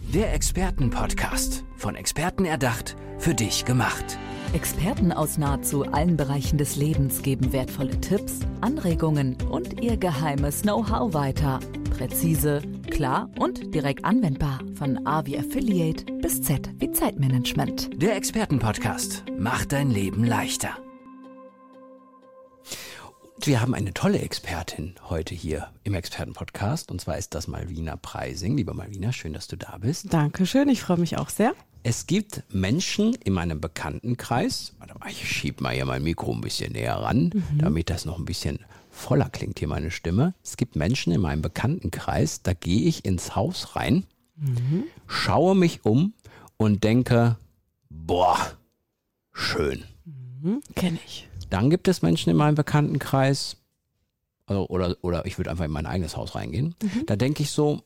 Der Expertenpodcast. Von Experten erdacht, für dich gemacht. Experten aus nahezu allen Bereichen des Lebens geben wertvolle Tipps, Anregungen und ihr geheimes Know-how weiter. Präzise, klar und direkt anwendbar. Von A wie Affiliate bis Z wie Zeitmanagement. Der Expertenpodcast macht dein Leben leichter. Und wir haben eine tolle Expertin heute hier im Expertenpodcast. Und zwar ist das Malvina Preising. Liebe Malvina, schön, dass du da bist. Dankeschön, ich freue mich auch sehr. Es gibt Menschen in meinem Bekanntenkreis, warte mal, ich schiebe mal hier mein Mikro ein bisschen näher ran, damit das noch ein bisschen voller klingt hier meine Stimme. Es gibt Menschen in meinem Bekanntenkreis, da gehe ich ins Haus rein, schaue mich um und denke, boah, schön. Kenne ich. Dann gibt es Menschen in meinem Bekanntenkreis, also, oder ich würde einfach in mein eigenes Haus reingehen, da denke ich so,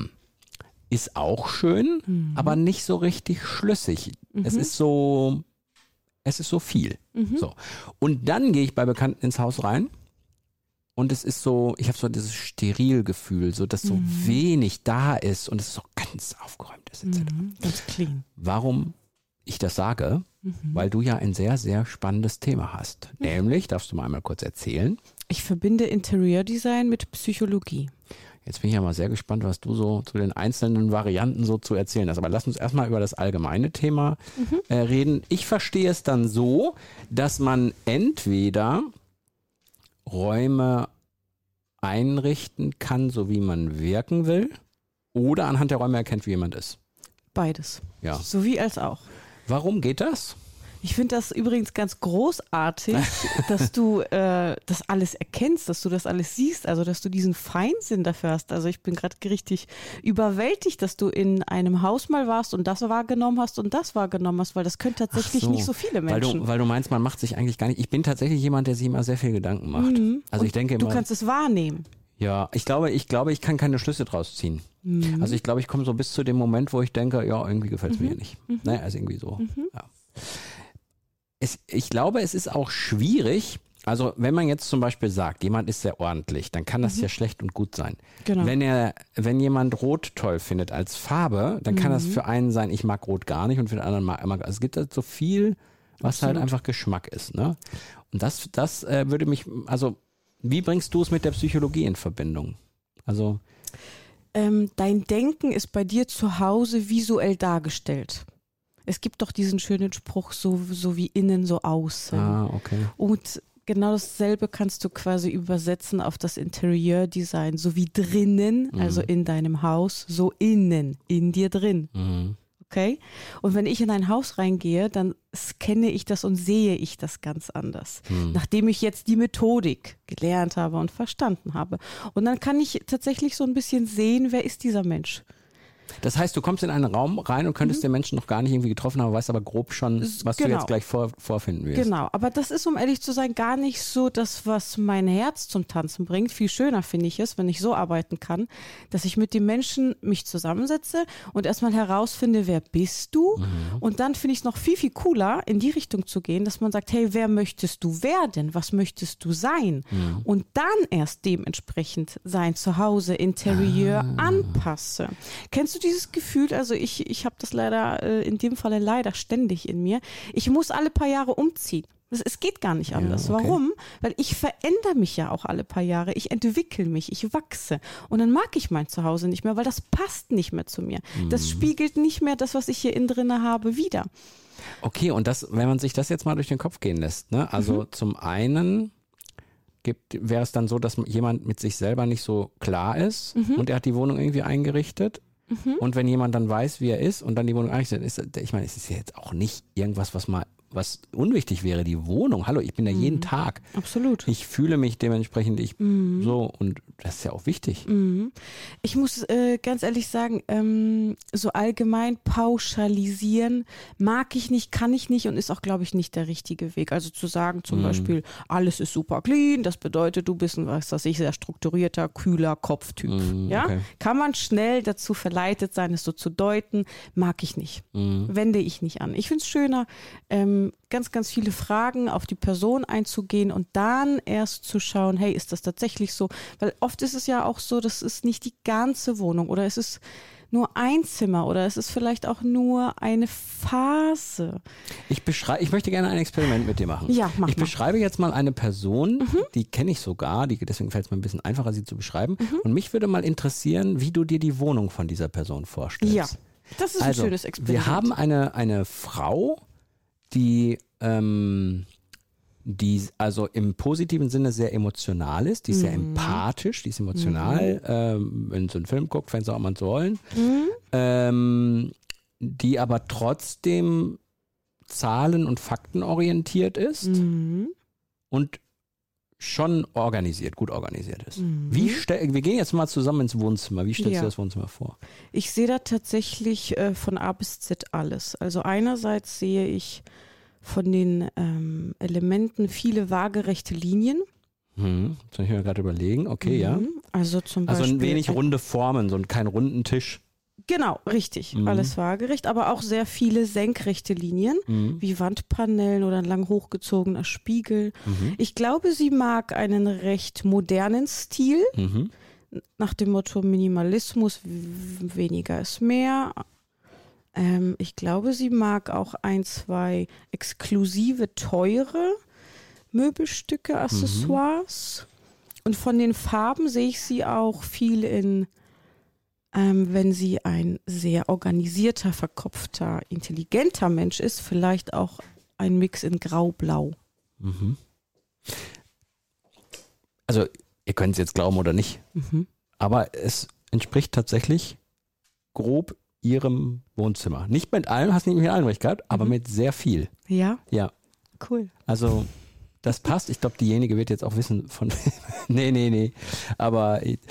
ist auch schön, aber nicht so richtig schlüssig. Es ist so viel. So. Und dann gehe ich bei Bekannten ins Haus rein und es ist so, ich habe so dieses Sterilgefühl, so dass so wenig da ist und es so ganz aufgeräumt ist etc. Ganz clean. Warum ich das sage? Weil du ja ein sehr, sehr spannendes Thema hast. Nämlich, darfst du mal einmal kurz erzählen? Ich verbinde Interiordesign mit Psychologie. Jetzt bin ich ja mal sehr gespannt, was du so zu den einzelnen Varianten so zu erzählen hast. Aber lass uns erstmal über das allgemeine Thema reden. Ich verstehe es dann so, dass man entweder Räume einrichten kann, so wie man wirken will, oder anhand der Räume erkennt, wie jemand ist. Beides. Ja. Sowie als auch. Warum geht das? Ich finde das übrigens ganz großartig, dass du das alles erkennst, dass du das alles siehst, also dass du diesen Feinsinn dafür hast. Also ich bin gerade richtig überwältigt, dass du in einem Haus mal warst und das wahrgenommen hast und das wahrgenommen hast, weil das können tatsächlich nicht so viele Menschen. Weil du meinst, man macht sich eigentlich gar nicht. Ich bin tatsächlich jemand, der sich immer sehr viel Gedanken macht. Also ich denke immer, du kannst es wahrnehmen. Ja, ich glaube, ich kann keine Schlüsse draus ziehen. Also ich glaube, ich komme so bis zu dem Moment, wo ich denke, ja, irgendwie gefällt es mir nicht. Naja, also irgendwie so. Ja. Ich glaube, es ist auch schwierig, also wenn man jetzt zum Beispiel sagt, jemand ist sehr ordentlich, dann kann das ja schlecht und gut sein. Genau. Wenn jemand Rot toll findet als Farbe, dann kann das für einen sein, ich mag Rot gar nicht und für den anderen mag also es gibt halt so viel, was halt einfach Geschmack ist. Ne? Und das würde mich, also wie bringst du es mit der Psychologie in Verbindung? Also dein Denken ist bei dir zu Hause visuell dargestellt. Es gibt doch diesen schönen Spruch, so wie innen, so außen. Okay. Und genau dasselbe kannst du quasi übersetzen auf das Interieurdesign. So wie drinnen, also in deinem Haus, so innen, in dir drin. Okay? Und wenn ich in ein Haus reingehe, dann scanne ich das und sehe ich das ganz anders. Nachdem ich jetzt die Methodik gelernt habe und verstanden habe. Und dann kann ich tatsächlich so ein bisschen sehen, wer ist dieser Mensch. Das heißt, du kommst in einen Raum rein und könntest den Menschen noch gar nicht irgendwie getroffen haben, weißt aber grob schon, was du jetzt gleich vorfinden wirst. Genau, aber das ist, um ehrlich zu sein, gar nicht so das, was mein Herz zum Tanzen bringt. Viel schöner finde ich es, wenn ich so arbeiten kann, dass ich mit dem Menschen mich zusammensetze und erstmal herausfinde, wer bist du? Und dann finde ich es noch viel, viel cooler, in die Richtung zu gehen, dass man sagt, hey, wer möchtest du werden? Was möchtest du sein? Und dann erst dementsprechend sein Zuhause, Interieur anpasse. Kennst du dieses Gefühl? Also ich habe das leider, in dem Falle leider ständig in mir. Ich muss alle paar Jahre umziehen. Es geht gar nicht anders. Ja, okay. Warum? Weil ich verändere mich ja auch alle paar Jahre. Ich entwickle mich, ich wachse. Und dann mag ich mein Zuhause nicht mehr, weil das passt nicht mehr zu mir. Das spiegelt nicht mehr das, was ich hier innen drin habe, wider. Okay, und das, wenn man sich das jetzt mal durch den Kopf gehen lässt, ne? Also zum einen wäre es dann so, dass jemand mit sich selber nicht so klar ist und er hat die Wohnung irgendwie eingerichtet. Und wenn jemand dann weiß, wie er ist und dann die Wohnung einrichtet, ich meine, es ist ja jetzt auch nicht irgendwas, was unwichtig wäre, die Wohnung. Hallo, ich bin da jeden Tag. Absolut. Ich fühle mich dementsprechend so und das ist ja auch wichtig. Ich muss ganz ehrlich sagen, so allgemein pauschalisieren mag ich nicht, kann ich nicht und ist auch, glaube ich, nicht der richtige Weg. Also zu sagen zum Beispiel, alles ist super clean, das bedeutet, du bist ein, sehr strukturierter, kühler Kopftyp. Ja? Okay. Kann man schnell dazu verleitet sein, es so zu deuten, mag ich nicht. Wende ich nicht an. Ich finde es schöner, ganz, ganz viele Fragen auf die Person einzugehen und dann erst zu schauen, hey, ist das tatsächlich so? Weil oft ist es ja auch so, das ist nicht die ganze Wohnung oder es ist nur ein Zimmer oder es ist vielleicht auch nur eine Phase. Ich möchte gerne ein Experiment mit dir machen. Ja, mach Ich mal. beschreibe jetzt mal eine Person, die kenne ich sogar, deswegen fällt es mir ein bisschen einfacher, sie zu beschreiben. Und mich würde mal interessieren, wie du dir die Wohnung von dieser Person vorstellst. Ja, das ist ein schönes Experiment. Wir haben eine Frau, die also im positiven Sinne sehr emotional ist, die ist sehr empathisch, die ist emotional, wenn so einen Film guckt, fängt sie auch mal an zu heulen, die aber trotzdem zahlen- und faktenorientiert ist und schon gut organisiert ist. Wir gehen jetzt mal zusammen ins Wohnzimmer. Wie stellst du das Wohnzimmer vor? Ich sehe da tatsächlich von A bis Z alles. Also einerseits sehe ich von den Elementen viele waagerechte Linien. Soll ich mir gerade überlegen? Okay, ja. Also zum Beispiel. Also ein wenig runde Formen, kein runden Tisch. Genau, richtig. Alles waagerecht, aber auch sehr viele senkrechte Linien, wie Wandpanelen oder ein lang hochgezogener Spiegel. Ich glaube, sie mag einen recht modernen Stil, nach dem Motto Minimalismus, weniger ist mehr. Ich glaube, sie mag auch 1, 2 exklusive, teure Möbelstücke, Accessoires. Und von den Farben sehe ich sie auch viel in, wenn sie ein sehr organisierter, verkopfter, intelligenter Mensch ist, vielleicht auch ein Mix in Grau-Blau. Also ihr könnt es jetzt glauben oder nicht, aber es entspricht tatsächlich grob ihrem Wohnzimmer. Nicht mit allem, hast nicht mit allem recht gehabt, aber mit sehr viel. Ja? Ja. Cool. Also das passt. Ich glaube, diejenige wird jetzt auch wissen von nee. Aber ich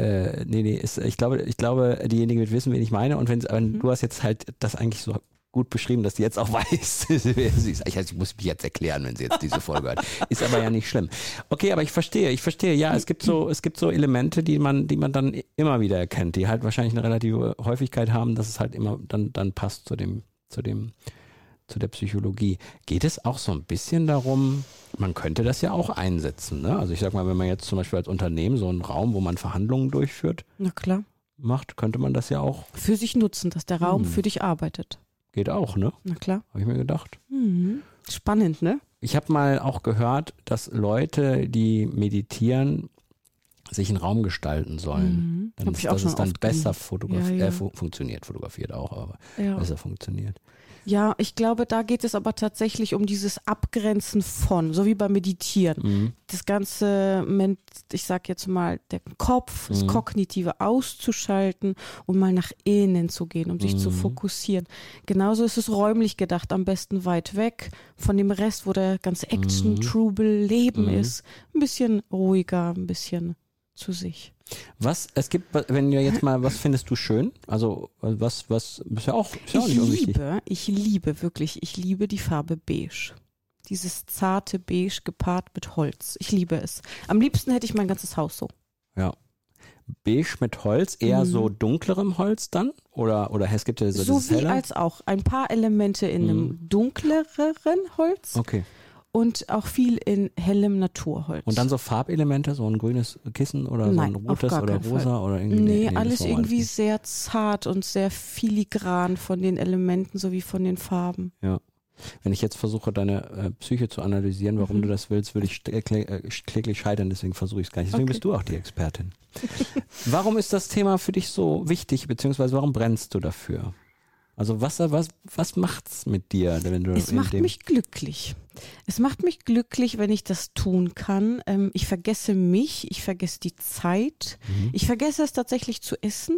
glaube, diejenige wird wissen, wen ich meine. Und du hast jetzt halt das eigentlich so gut beschrieben, dass die jetzt auch weiß, wer sie ist. Ich muss mich jetzt erklären, wenn sie jetzt diese Folge hört. Ist aber ja nicht schlimm. Okay, aber ich verstehe. Ja, es gibt so Elemente, die man dann immer wieder erkennt, die halt wahrscheinlich eine relative Häufigkeit haben, dass es halt immer dann passt zu der Psychologie. Geht es auch so ein bisschen darum, man könnte das ja auch einsetzen, ne? Also ich sag mal, wenn man jetzt zum Beispiel als Unternehmen so einen Raum, wo man Verhandlungen durchführt, Na klar. macht, könnte man das ja auch. Für sich nutzen, dass der Raum für dich arbeitet. Geht auch, ne? Na klar. Habe ich mir gedacht. Spannend, ne? Ich habe mal auch gehört, dass Leute, die meditieren, sich einen Raum gestalten sollen. Hab ich auch dass schon es dann oft besser Ja. funktioniert. Fotografiert auch, aber Ja. besser funktioniert. Ja, ich glaube, da geht es aber tatsächlich um dieses Abgrenzen von, so wie beim Meditieren. Das ganze, ich sag jetzt mal, der Kopf, das Kognitive auszuschalten und mal nach innen zu gehen, um sich zu fokussieren. Genauso ist es räumlich gedacht, am besten weit weg von dem Rest, wo der ganze Action-Trubel Leben ist. Ein bisschen ruhiger, ein bisschen zu sich. Was findest du schön? Also was ist ja auch nicht unwichtig. Ich liebe die Farbe Beige. Dieses zarte Beige gepaart mit Holz. Ich liebe es. Am liebsten hätte ich mein ganzes Haus so. Ja. Beige mit Holz, eher so dunklerem Holz dann? Oder es gibt ja so dieses So wie heller? als auch. Ein paar Elemente in einem dunkleren Holz Okay. und auch viel in hellem Naturholz. Und dann so Farbelemente, so ein grünes Kissen oder Nein, so ein auf rotes gar oder keinen rosa Fall. oder irgendwie? Nee, das alles wollen wir irgendwie nicht. sehr zart und sehr filigran von den Elementen sowie von den Farben. Ja. Wenn ich jetzt versuche, deine Psyche zu analysieren, warum du das willst, würde ich kläglich scheitern, deswegen versuche ich es gar nicht. Deswegen bist du auch die Expertin. Warum ist das Thema für dich so wichtig, beziehungsweise warum brennst du dafür? Also was macht's mit dir, wenn du Es macht mich glücklich. Es macht mich glücklich, wenn ich das tun kann. Ich vergesse mich, ich vergesse die Zeit. Ich vergesse es tatsächlich zu essen.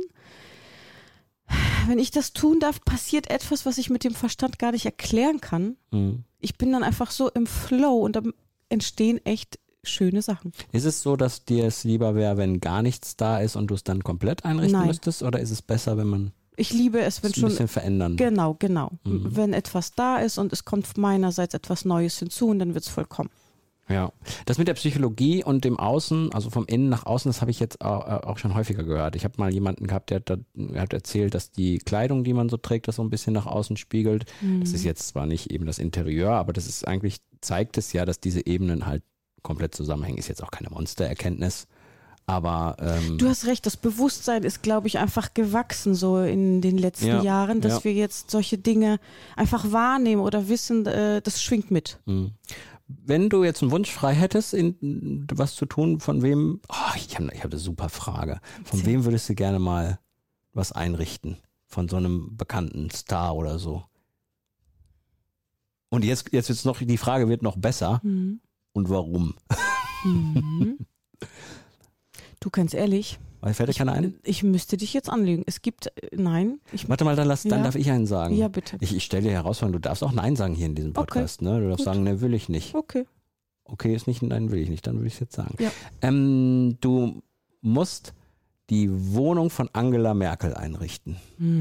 Wenn ich das tun darf, passiert etwas, was ich mit dem Verstand gar nicht erklären kann. Ich bin dann einfach so im Flow und dann entstehen echt schöne Sachen. Ist es so, dass dir es lieber wäre, wenn gar nichts da ist und du es dann komplett einrichten Nein. müsstest? Oder ist es besser, wenn man Ich liebe es, wenn es ein schon bisschen verändern? Genau. Wenn etwas da ist und es kommt meinerseits etwas Neues hinzu und dann wird es vollkommen. Ja, das mit der Psychologie und dem Außen, also vom Innen nach außen, das habe ich jetzt auch schon häufiger gehört. Ich habe mal jemanden gehabt, der hat erzählt, dass die Kleidung, die man so trägt, das so ein bisschen nach außen spiegelt. Das ist jetzt zwar nicht eben das Interieur, aber das ist eigentlich, zeigt es ja, dass diese Ebenen halt komplett zusammenhängen. Ist jetzt auch keine Monstererkenntnis, Aber du hast recht, das Bewusstsein ist, glaube ich, einfach gewachsen so in den letzten Jahren, dass wir jetzt solche Dinge einfach wahrnehmen oder wissen, das schwingt mit. Wenn du jetzt einen Wunsch frei hättest, was zu tun, von wem, ich habe eine super Frage, von wem würdest du gerne mal was einrichten? Von so einem bekannten Star oder so? Und jetzt wird's noch, die Frage wird noch besser. Und warum? Du, ganz ehrlich. Fällt dir keiner ein? Ich müsste dich jetzt anlügen. Es gibt, nein. Warte mal, dann darf ich einen sagen. Ja, bitte. Ich stelle dir heraus, du darfst auch Nein sagen hier in diesem Podcast. Okay. Ne? Du darfst sagen, ne, will ich nicht. Okay. Okay, ist nicht, nein, will ich nicht. Dann würde ich es jetzt sagen. Ja. Du musst die Wohnung von Angela Merkel einrichten.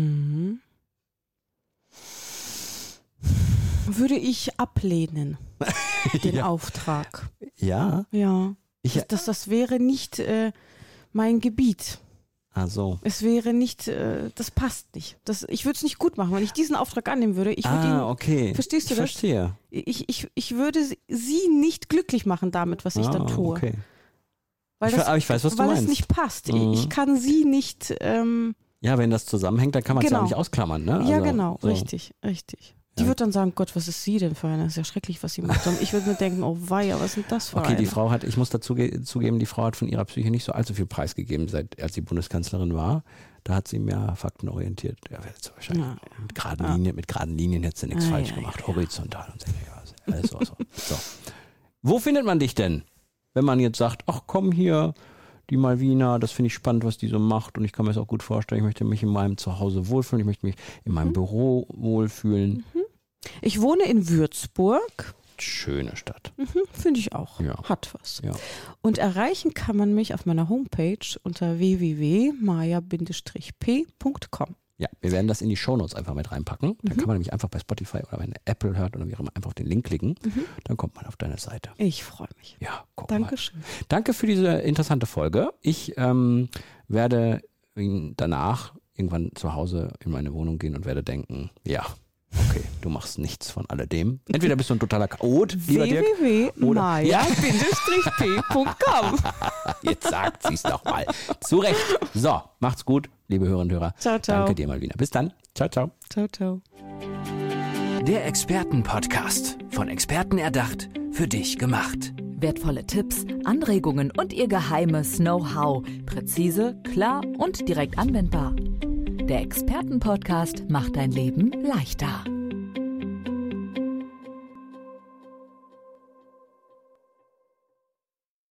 Würde ich ablehnen, den Auftrag. Ja? Ja. Das wäre nicht mein Gebiet. Ach so. Es wäre nicht, das passt nicht. Ich würde es nicht gut machen, wenn ich diesen Auftrag annehmen würde. Ich würde ihn, okay. Verstehst du ich das? Verstehe. Ich würde sie nicht glücklich machen damit, was ich dann tue. Okay. Aber ich weiß, was du weil meinst. es nicht passt. Ich kann sie nicht. Ja, wenn das zusammenhängt, dann kann man es ja auch nicht ausklammern. Ne? Ja, also, genau. so. Richtig. Die wird dann sagen, Gott, was ist sie denn für eine? Das ist ja schrecklich, was sie macht. Und ich würde mir denken, oh weia, was ist denn das für eine? Okay, die Frau ich muss dazu zugeben, die Frau hat von ihrer Psyche nicht so allzu viel preisgegeben, als sie Bundeskanzlerin war. Da hat sie mehr faktenorientiert. Ja, wahrscheinlich mit geraden Linien hätte sie nichts falsch gemacht. Horizontal und so. Alles so. Wo findet man dich denn? Wenn man jetzt sagt, ach komm hier, die Malvina, das finde ich spannend, was die so macht und ich kann mir das auch gut vorstellen, ich möchte mich in meinem Zuhause wohlfühlen, ich möchte mich in meinem Büro wohlfühlen. Ich wohne in Würzburg. Schöne Stadt. Finde ich auch. Ja. Hat was. Ja. Und erreichen kann man mich auf meiner Homepage unter www.maya-p.com. Ja, wir werden das in die Shownotes einfach mit reinpacken. Dann kann man nämlich einfach bei Spotify oder wenn Apple hört oder wie auch immer einfach auf den Link klicken. Dann kommt man auf deine Seite. Ich freue mich. Ja, guck Dankeschön. mal. Danke für diese interessante Folge. Ich werde danach irgendwann zu Hause in meine Wohnung gehen und werde denken, ja, okay, du machst nichts von alledem. Entweder bist du ein totaler Chaot, lieber Dirk. www.maya-p.com. Jetzt sagt sie es doch mal. Zu Recht. So, macht's gut, liebe Hörerinnen und Hörer. Ciao, ciao. Danke dir, Malvina. Bis dann. Ciao, ciao. Ciao, ciao. Der Expertenpodcast. Von Experten erdacht, für dich gemacht. Wertvolle Tipps, Anregungen und ihr geheimes Know-how. Präzise, klar und direkt anwendbar. Der Expertenpodcast macht dein Leben leichter.